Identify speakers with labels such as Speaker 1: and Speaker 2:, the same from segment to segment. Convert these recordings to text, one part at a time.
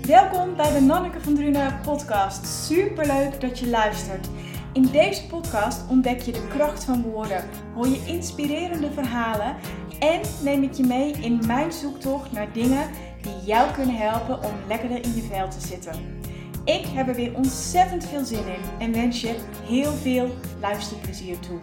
Speaker 1: Welkom bij de Nanneke van Drunen podcast. Superleuk dat je luistert. In deze podcast ontdek je de kracht van woorden, hoor je inspirerende verhalen en neem ik je mee in mijn zoektocht naar dingen die jou kunnen helpen om lekkerder in je vel te zitten. Ik heb er weer ontzettend veel zin in en wens je heel veel luisterplezier toe.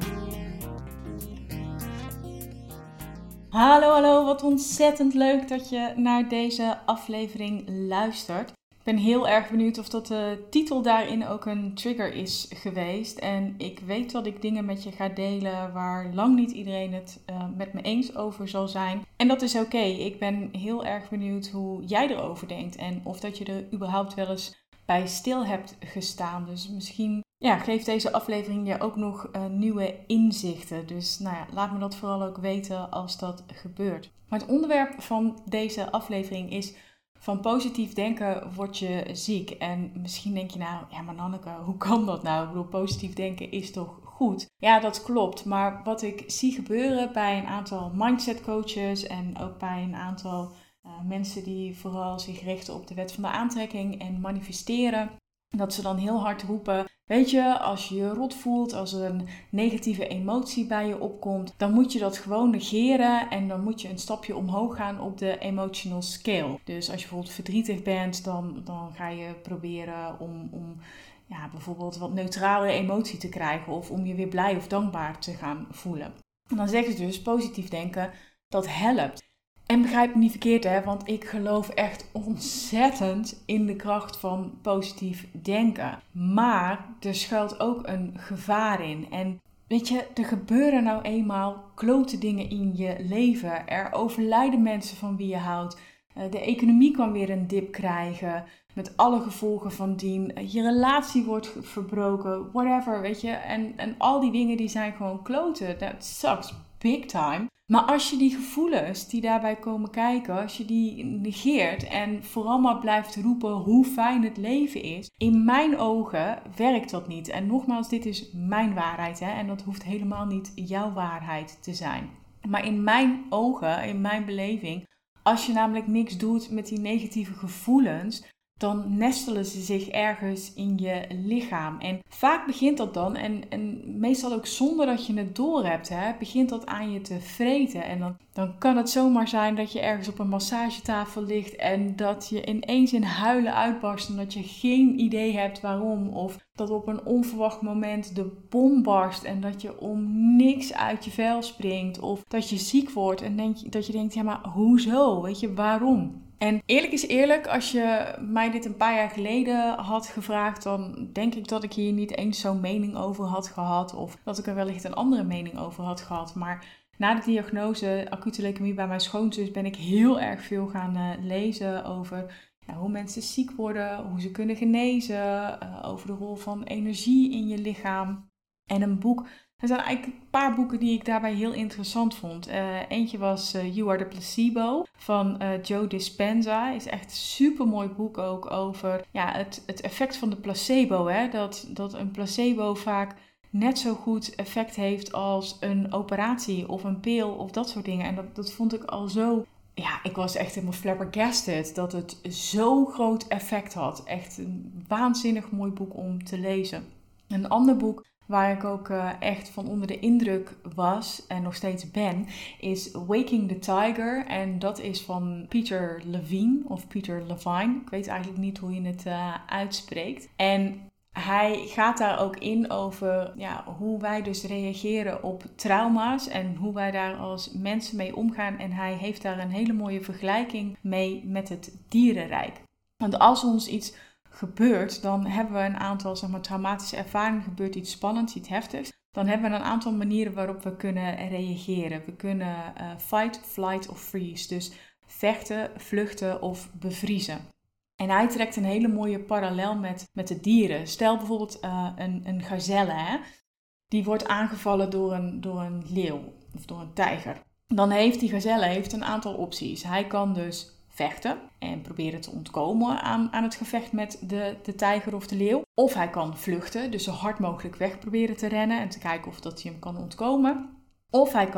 Speaker 1: Hallo, wat ontzettend leuk dat je naar deze aflevering luistert. Ik ben heel erg benieuwd of dat de titel daarin ook een trigger is geweest. En ik weet dat ik dingen met je ga delen waar lang niet iedereen het met me eens over zal zijn. En dat is oké. Ik ben heel erg benieuwd hoe jij erover denkt en of dat je er überhaupt wel eens bij stil hebt gestaan. Dus misschien geeft deze aflevering je ook nog nieuwe inzichten. Dus laat me dat vooral ook weten als dat gebeurt. Maar het onderwerp van deze aflevering is: van positief denken word je ziek. En misschien denk je maar Nanneke, hoe kan dat nou? Ik bedoel, positief denken is toch goed? Ja, dat klopt. Maar wat ik zie gebeuren bij een aantal mindset coaches en ook bij een aantal mensen die vooral zich richten op de wet van de aantrekking en manifesteren, dat ze dan heel hard roepen: weet je, als je je rot voelt, als er een negatieve emotie bij je opkomt, dan moet je dat gewoon negeren en dan moet je een stapje omhoog gaan op de emotional scale. Dus als je bijvoorbeeld verdrietig bent, dan ga je proberen om bijvoorbeeld wat neutrale emotie te krijgen of om je weer blij of dankbaar te gaan voelen. En dan zeggen ze dus: positief denken, dat helpt. En begrijp me niet verkeerd, want ik geloof echt ontzettend in de kracht van positief denken. Maar er schuilt ook een gevaar in. En weet je, er gebeuren nou eenmaal klote dingen in je leven. Er overlijden mensen van wie je houdt. De economie kan weer een dip krijgen, met alle gevolgen van dien. Je relatie wordt verbroken, whatever, weet je. En al die dingen die zijn gewoon kloten. That sucks big time. Maar als je die gevoelens die daarbij komen kijken, als je die negeert en vooral maar blijft roepen hoe fijn het leven is, in mijn ogen werkt dat niet. En nogmaals, dit is mijn waarheid en dat hoeft helemaal niet jouw waarheid te zijn. Maar in mijn ogen, in mijn beleving, als je namelijk niks doet met die negatieve gevoelens, dan nestelen ze zich ergens in je lichaam. En vaak begint dat dan, en meestal ook zonder dat je het doorhebt, begint dat aan je te vreten. En dan kan het zomaar zijn dat je ergens op een massagetafel ligt en dat je ineens in huilen uitbarst en dat je geen idee hebt waarom. Of dat op een onverwacht moment de bom barst en dat je om niks uit je vel springt. Of dat je ziek wordt en dat je denkt, maar hoezo? Weet je, waarom? En eerlijk is eerlijk, als je mij dit een paar jaar geleden had gevraagd, dan denk ik dat ik hier niet eens zo'n mening over had gehad. Of dat ik er wellicht een andere mening over had gehad. Maar na de diagnose acute leukemie bij mijn schoonzus ben ik heel erg veel gaan lezen over hoe mensen ziek worden, hoe ze kunnen genezen, over de rol van energie in je lichaam. En een boek. Er zijn eigenlijk een paar boeken die ik daarbij heel interessant vond. Eentje was You Are The Placebo van Joe Dispenza. Is echt een super mooi boek ook over het effect van de placebo. Dat een placebo vaak net zo goed effect heeft als een operatie of een pil of dat soort dingen. En dat vond ik al zo. Ja, ik was echt helemaal flabbergasted dat het zo'n groot effect had. Echt een waanzinnig mooi boek om te lezen. Een ander boek waar ik ook echt van onder de indruk was en nog steeds ben, is Waking the Tiger. En dat is van Peter Levine of Peter Levine. Ik weet eigenlijk niet hoe je het uitspreekt. En hij gaat daar ook in over hoe wij dus reageren op trauma's en hoe wij daar als mensen mee omgaan. En hij heeft daar een hele mooie vergelijking mee met het dierenrijk. Want als ons iets gebeurt, dan hebben we een aantal traumatische ervaringen, gebeurt iets spannends, iets heftigs. Dan hebben we een aantal manieren waarop we kunnen reageren. We kunnen fight, flight of freeze. Dus vechten, vluchten of bevriezen. En hij trekt een hele mooie parallel met de dieren. Stel bijvoorbeeld een gazelle. Die wordt aangevallen door een leeuw of door een tijger. Dan heeft die gazelle een aantal opties. Hij kan dus vechten en proberen te ontkomen aan het gevecht met de tijger of de leeuw. Of hij kan vluchten, dus zo hard mogelijk weg proberen te rennen en te kijken of dat hij hem kan ontkomen. Of hij kan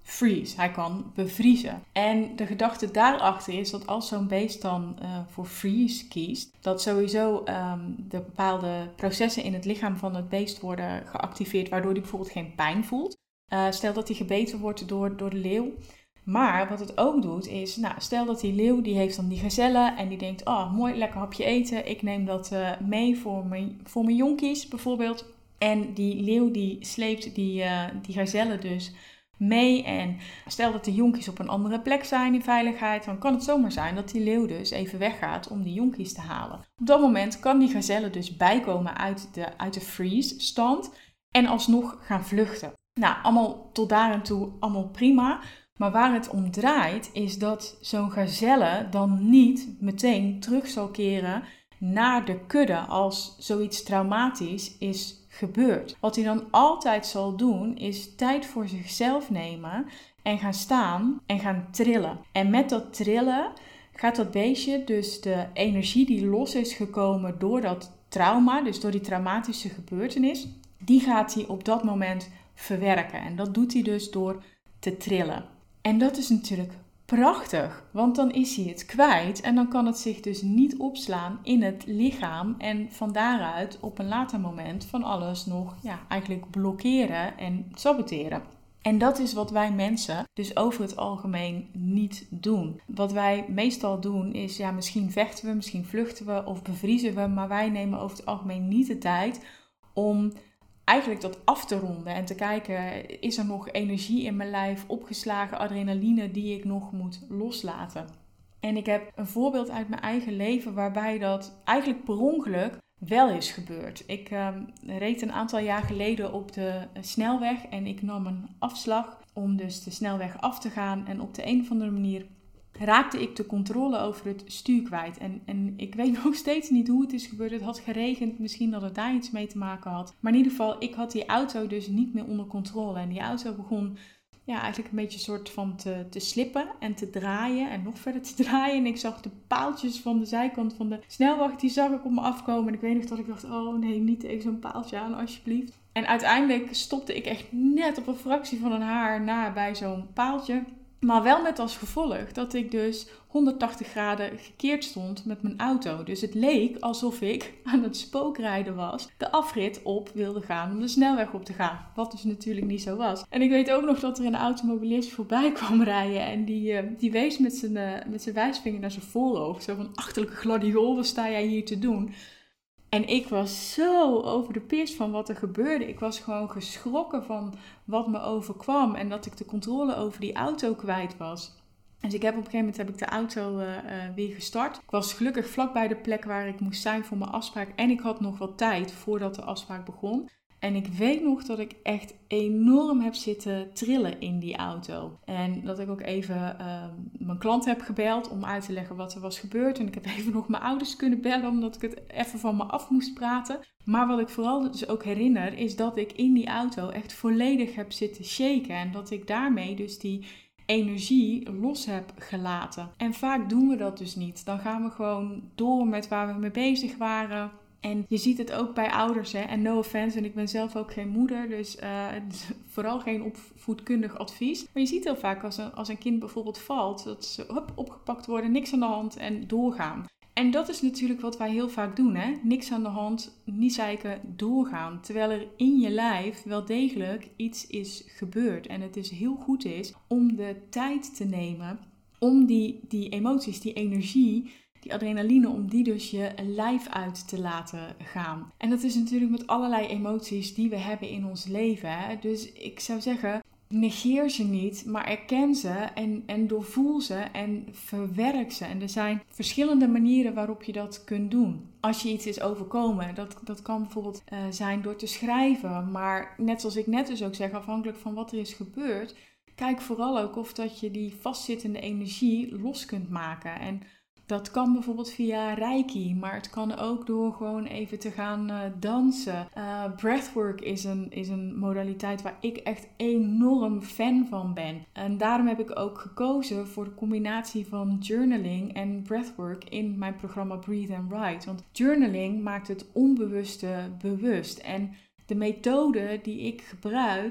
Speaker 1: freeze. Hij kan bevriezen. En de gedachte daarachter is dat als zo'n beest dan voor freeze kiest, dat sowieso de bepaalde processen in het lichaam van het beest worden geactiveerd, waardoor hij bijvoorbeeld geen pijn voelt. Stel dat hij gebeten wordt door de leeuw. Maar wat het ook doet is, stel dat die leeuw die heeft dan die gazelle en die denkt, mooi, lekker hapje eten. Ik neem dat mee voor mijn jonkies bijvoorbeeld. En die leeuw die sleept die gazelle dus mee. En stel dat de jonkies op een andere plek zijn in veiligheid, dan kan het zomaar zijn dat die leeuw dus even weggaat om die jonkies te halen. Op dat moment kan die gazelle dus bijkomen uit de freeze stand en alsnog gaan vluchten. Nou, allemaal tot daar en toe allemaal prima. Maar waar het om draait is dat zo'n gazelle dan niet meteen terug zal keren naar de kudde als zoiets traumatisch is gebeurd. Wat hij dan altijd zal doen is tijd voor zichzelf nemen en gaan staan en gaan trillen. En met dat trillen gaat dat beestje dus de energie die los is gekomen door dat trauma, dus door die traumatische gebeurtenis, die gaat hij op dat moment verwerken. En dat doet hij dus door te trillen. En dat is natuurlijk prachtig, want dan is hij het kwijt en dan kan het zich dus niet opslaan in het lichaam en van daaruit op een later moment van alles nog eigenlijk blokkeren en saboteren. En dat is wat wij mensen dus over het algemeen niet doen. Wat wij meestal doen is, misschien vechten we, misschien vluchten we of bevriezen we, maar wij nemen over het algemeen niet de tijd om eigenlijk dat af te ronden en te kijken, is er nog energie in mijn lijf, opgeslagen adrenaline die ik nog moet loslaten. En ik heb een voorbeeld uit mijn eigen leven waarbij dat eigenlijk per ongeluk wel is gebeurd. Ik reed een aantal jaar geleden op de snelweg en ik nam een afslag om dus de snelweg af te gaan en op de een of andere manier raakte ik de controle over het stuur kwijt. En ik weet nog steeds niet hoe het is gebeurd. Het had geregend, misschien dat het daar iets mee te maken had. Maar in ieder geval, ik had die auto dus niet meer onder controle. En die auto begon eigenlijk een beetje soort van te slippen en te draaien en nog verder te draaien. En ik zag de paaltjes van de zijkant van de snelweg, die zag ik op me afkomen. En ik weet nog dat ik dacht, oh nee, niet tegen zo'n paaltje aan alsjeblieft. En uiteindelijk stopte ik echt net op een fractie van een haar na bij zo'n paaltje. Maar wel met als gevolg dat ik dus 180 graden gekeerd stond met mijn auto. Dus het leek alsof ik aan het spookrijden was, de afrit op wilde gaan om de snelweg op te gaan. Wat dus natuurlijk niet zo was. En ik weet ook nog dat er een automobilist voorbij kwam rijden en die wees met zijn wijsvinger naar zijn voorhoofd. Zo van, achterlijke gladiool, wat sta jij hier te doen? En ik was zo over de pist van wat er gebeurde. Ik was gewoon geschrokken van wat me overkwam en dat ik de controle over die auto kwijt was. Dus op een gegeven moment de auto weer gestart. Ik was gelukkig vlakbij de plek waar ik moest zijn voor mijn afspraak. En ik had nog wat tijd voordat de afspraak begon. En ik weet nog dat ik echt enorm heb zitten trillen in die auto. En dat ik ook even mijn klant heb gebeld om uit te leggen wat er was gebeurd. En ik heb even nog mijn ouders kunnen bellen omdat ik het even van me af moest praten. Maar wat ik vooral dus ook herinner is dat ik in die auto echt volledig heb zitten shaken. En dat ik daarmee dus die energie los heb gelaten. En vaak doen we dat dus niet. Dan gaan we gewoon door met waar we mee bezig waren. En je ziet het ook bij ouders, hè? En no offense, en ik ben zelf ook geen moeder, dus vooral geen opvoedkundig advies. Maar je ziet heel vaak als een kind bijvoorbeeld valt, dat ze opgepakt worden, niks aan de hand en doorgaan. En dat is natuurlijk wat wij heel vaak doen, hè? Niks aan de hand, niet zeiken, doorgaan. Terwijl er in je lijf wel degelijk iets is gebeurd. En het is heel goed om de tijd te nemen om die emoties, die energie, die adrenaline, om die dus je lijf uit te laten gaan. En dat is natuurlijk met allerlei emoties die we hebben in ons leven. Hè? Dus ik zou zeggen, negeer ze niet, maar erken ze en doorvoel ze en verwerk ze. En er zijn verschillende manieren waarop je dat kunt doen. Als je iets is overkomen, dat kan bijvoorbeeld zijn door te schrijven. Maar net zoals ik net dus ook zeg, afhankelijk van wat er is gebeurd, kijk vooral ook of dat je die vastzittende energie los kunt maken. En dat kan bijvoorbeeld via Reiki, maar het kan ook door gewoon even te gaan dansen. Breathwork is een modaliteit waar ik echt enorm fan van ben. En daarom heb ik ook gekozen voor de combinatie van journaling en breathwork in mijn programma Breathe and Write. Want journaling maakt het onbewuste bewust. En de methode die ik gebruik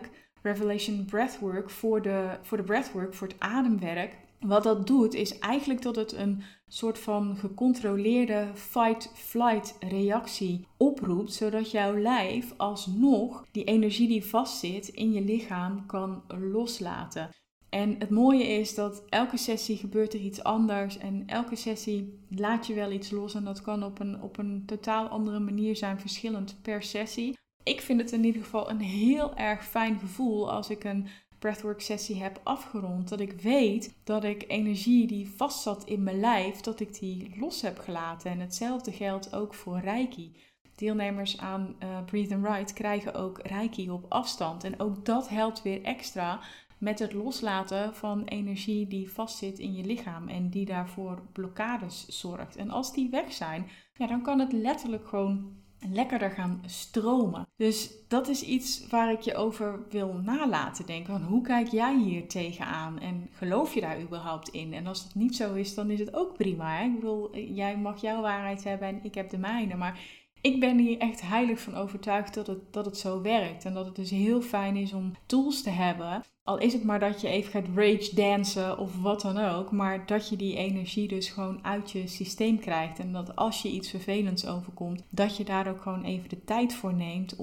Speaker 1: Revelation Breathwork voor de breathwork, voor het ademwerk. Wat dat doet is eigenlijk dat het een soort van gecontroleerde fight-flight reactie oproept, zodat jouw lijf alsnog die energie die vastzit in je lichaam kan loslaten. En het mooie is dat elke sessie gebeurt er iets anders en elke sessie laat je wel iets los en dat kan op een totaal andere manier zijn, verschillend per sessie. Ik vind het in ieder geval een heel erg fijn gevoel als ik een breathwork sessie heb afgerond. Dat ik weet dat ik energie die vastzat in mijn lijf, dat ik die los heb gelaten. En hetzelfde geldt ook voor Reiki. Deelnemers aan Breathe and Ride krijgen ook Reiki op afstand. En ook dat helpt weer extra met het loslaten van energie die vastzit in je lichaam en die daarvoor blokkades zorgt. En als die weg zijn, dan kan het letterlijk gewoon lekkerder gaan stromen. Dus dat is iets waar ik je over wil nalaten denken. Van hoe kijk jij hier tegenaan? En geloof je daar überhaupt in? En als het niet zo is, dan is het ook prima. Hè? Ik bedoel, jij mag jouw waarheid hebben en ik heb de mijne. Maar ik ben hier echt heilig van overtuigd dat het zo werkt. En dat het dus heel fijn is om tools te hebben. Al is het maar dat je even gaat rage dansen of wat dan ook. Maar dat je die energie dus gewoon uit je systeem krijgt. En dat als je iets vervelends overkomt, dat je daar ook gewoon even de tijd voor neemt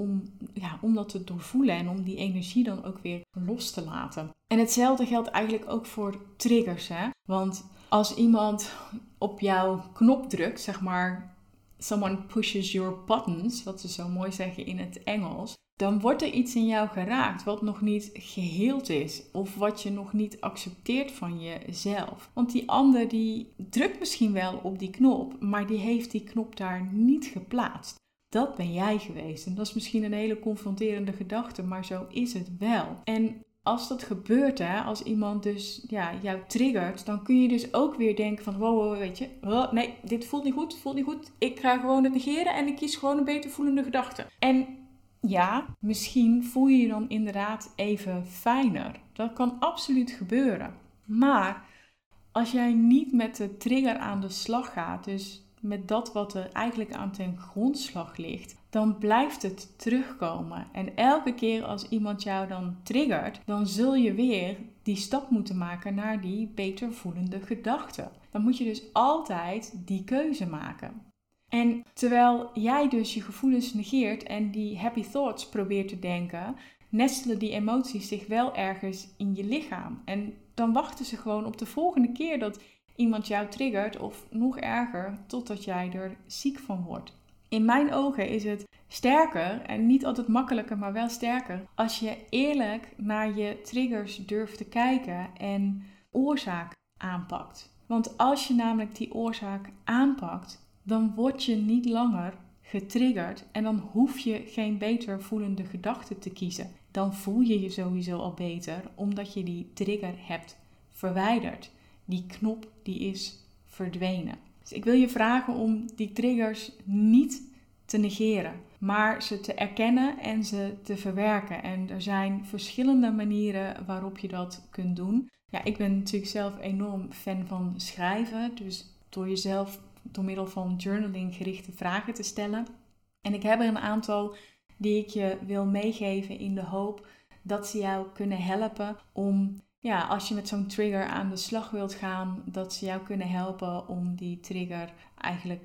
Speaker 1: om dat te doorvoelen. En om die energie dan ook weer los te laten. En hetzelfde geldt eigenlijk ook voor triggers. Hè? Want als iemand op jouw knop drukt, zeg maar, someone pushes your buttons, wat ze zo mooi zeggen in het Engels, dan wordt er iets in jou geraakt wat nog niet geheeld is of wat je nog niet accepteert van jezelf. Want die ander die drukt misschien wel op die knop, maar die heeft die knop daar niet geplaatst. Dat ben jij geweest en dat is misschien een hele confronterende gedachte, maar zo is het wel. En als dat gebeurt, hè, als iemand dus jou triggert, dan kun je dus ook weer denken van wow, weet je, nee, dit voelt niet goed. Ik ga gewoon het negeren en ik kies gewoon een beter voelende gedachte. En ja, misschien voel je je dan inderdaad even fijner. Dat kan absoluut gebeuren. Maar als jij niet met de trigger aan de slag gaat, dus met dat wat er eigenlijk aan ten grondslag ligt, dan blijft het terugkomen. En elke keer als iemand jou dan triggert, dan zul je weer die stap moeten maken naar die beter voelende gedachte. Dan moet je dus altijd die keuze maken. En terwijl jij dus je gevoelens negeert en die happy thoughts probeert te denken, nestelen die emoties zich wel ergens in je lichaam. En dan wachten ze gewoon op de volgende keer dat iemand jou triggert of nog erger, totdat jij er ziek van wordt. In mijn ogen is het sterker, en niet altijd makkelijker, maar wel sterker, als je eerlijk naar je triggers durft te kijken en oorzaak aanpakt. Want als je namelijk die oorzaak aanpakt, dan word je niet langer getriggerd en dan hoef je geen beter voelende gedachte te kiezen. Dan voel je je sowieso al beter, omdat je die trigger hebt verwijderd. Die knop die is verdwenen. Dus ik wil je vragen om die triggers niet te negeren, maar ze te erkennen en ze te verwerken. En er zijn verschillende manieren waarop je dat kunt doen. Ja, ik ben natuurlijk zelf enorm fan van schrijven, dus door middel van journaling gerichte vragen te stellen. En ik heb er een aantal die ik je wil meegeven in de hoop dat ze jou kunnen helpen om, als je met zo'n trigger aan de slag wilt gaan, dat ze jou kunnen helpen om die trigger eigenlijk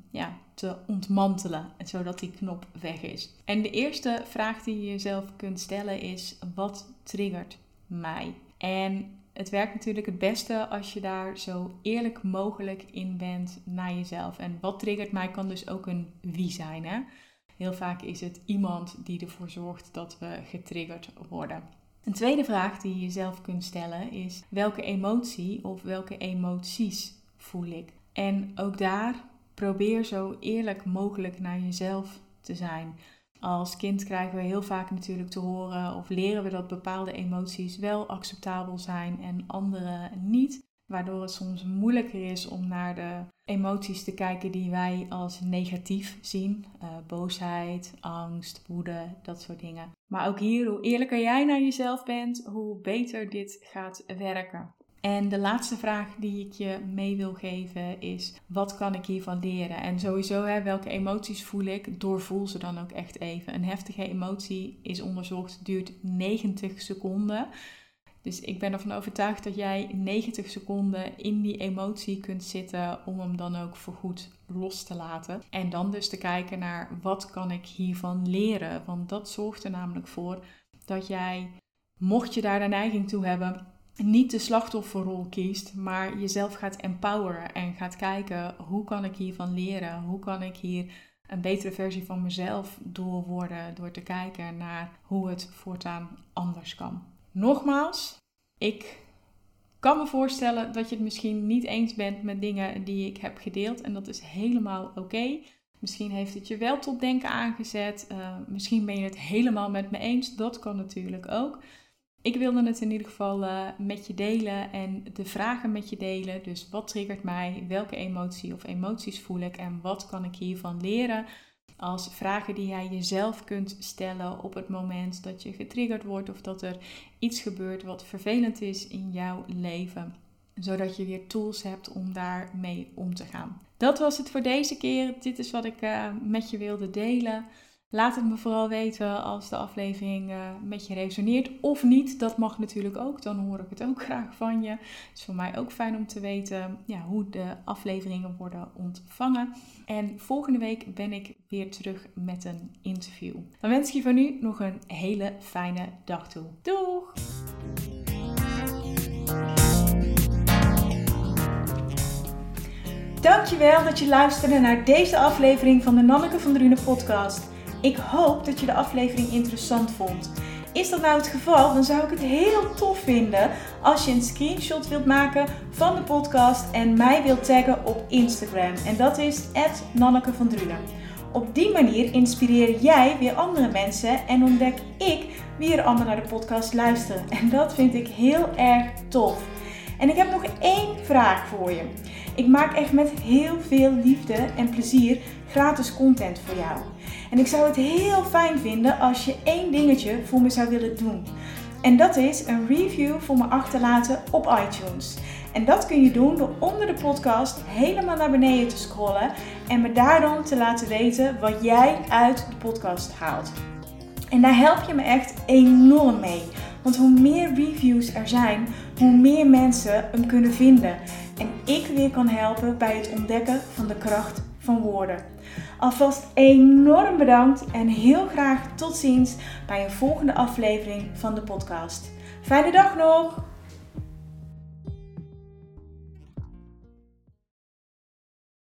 Speaker 1: te ontmantelen, zodat die knop weg is. En de eerste vraag die je jezelf kunt stellen is: wat triggert mij? En het werkt natuurlijk het beste als je daar zo eerlijk mogelijk in bent naar jezelf. En wat triggert mij kan dus ook een wie zijn. Hè? Heel vaak is het iemand die ervoor zorgt dat we getriggerd worden. Een tweede vraag die je jezelf kunt stellen is: welke emotie of welke emoties voel ik? En ook daar probeer zo eerlijk mogelijk naar jezelf te zijn. Als kind krijgen we heel vaak natuurlijk te horen of leren we dat bepaalde emoties wel acceptabel zijn en andere niet. Waardoor het soms moeilijker is om naar de emoties te kijken die wij als negatief zien. Boosheid, angst, woede, dat soort dingen. Maar ook hier, hoe eerlijker jij naar jezelf bent, hoe beter dit gaat werken. En de laatste vraag die ik je mee wil geven is, wat kan ik hiervan leren? En sowieso, welke emoties voel ik? Doorvoel ze dan ook echt even. Een heftige emotie is onderzocht, duurt 90 seconden. Dus ik ben ervan overtuigd dat jij 90 seconden in die emotie kunt zitten om hem dan ook voorgoed los te laten. En dan dus te kijken naar, wat kan ik hiervan leren? Want dat zorgt er namelijk voor dat jij, mocht je daar de neiging toe hebben, niet de slachtofferrol kiest, maar jezelf gaat empoweren en gaat kijken, hoe kan ik hiervan leren? Hoe kan ik hier een betere versie van mezelf door worden, door te kijken naar hoe het voortaan anders kan. Nogmaals, ik kan me voorstellen dat je het misschien niet eens bent met dingen die ik heb gedeeld en dat is helemaal oké. Misschien heeft het je wel tot denken aangezet, misschien ben je het helemaal met me eens, dat kan natuurlijk ook. Ik wilde het in ieder geval met je delen en de vragen met je delen. Dus wat triggert mij, welke emotie of emoties voel ik en wat kan ik hiervan leren? Als vragen die jij jezelf kunt stellen op het moment dat je getriggerd wordt of dat er iets gebeurt wat vervelend is in jouw leven. Zodat je weer tools hebt om daarmee om te gaan. Dat was het voor deze keer. Dit is wat ik met je wilde delen. Laat het me vooral weten als de aflevering met je resoneert of niet. Dat mag natuurlijk ook, dan hoor ik het ook graag van je. Het is voor mij ook fijn om te weten hoe de afleveringen worden ontvangen. En volgende week ben ik weer terug met een interview. Dan wens ik je voor nu nog een hele fijne dag toe. Doeg! Dankjewel dat je luisterde naar deze aflevering van de Nanneke van Drunen podcast. Ik hoop dat je de aflevering interessant vond. Is dat nou het geval, dan zou ik het heel tof vinden als je een screenshot wilt maken van de podcast en mij wilt taggen op Instagram. En dat is @NannekeVanDrunen. Op die manier inspireer jij weer andere mensen en ontdek ik wie er allemaal naar de podcast luisteren. En dat vind ik heel erg tof. En ik heb nog 1 vraag voor je. Ik maak echt met heel veel liefde en plezier gratis content voor jou. En ik zou het heel fijn vinden als je 1 dingetje voor me zou willen doen. En dat is een review voor me achterlaten op iTunes. En dat kun je doen door onder de podcast helemaal naar beneden te scrollen en me daar dan te laten weten wat jij uit de podcast haalt. En daar help je me echt enorm mee. Want hoe meer reviews er zijn, hoe meer mensen hem kunnen vinden. En ik weer kan helpen bij het ontdekken van de kracht van woorden. Alvast enorm bedankt en heel graag tot ziens bij een volgende aflevering van de podcast. Fijne dag nog!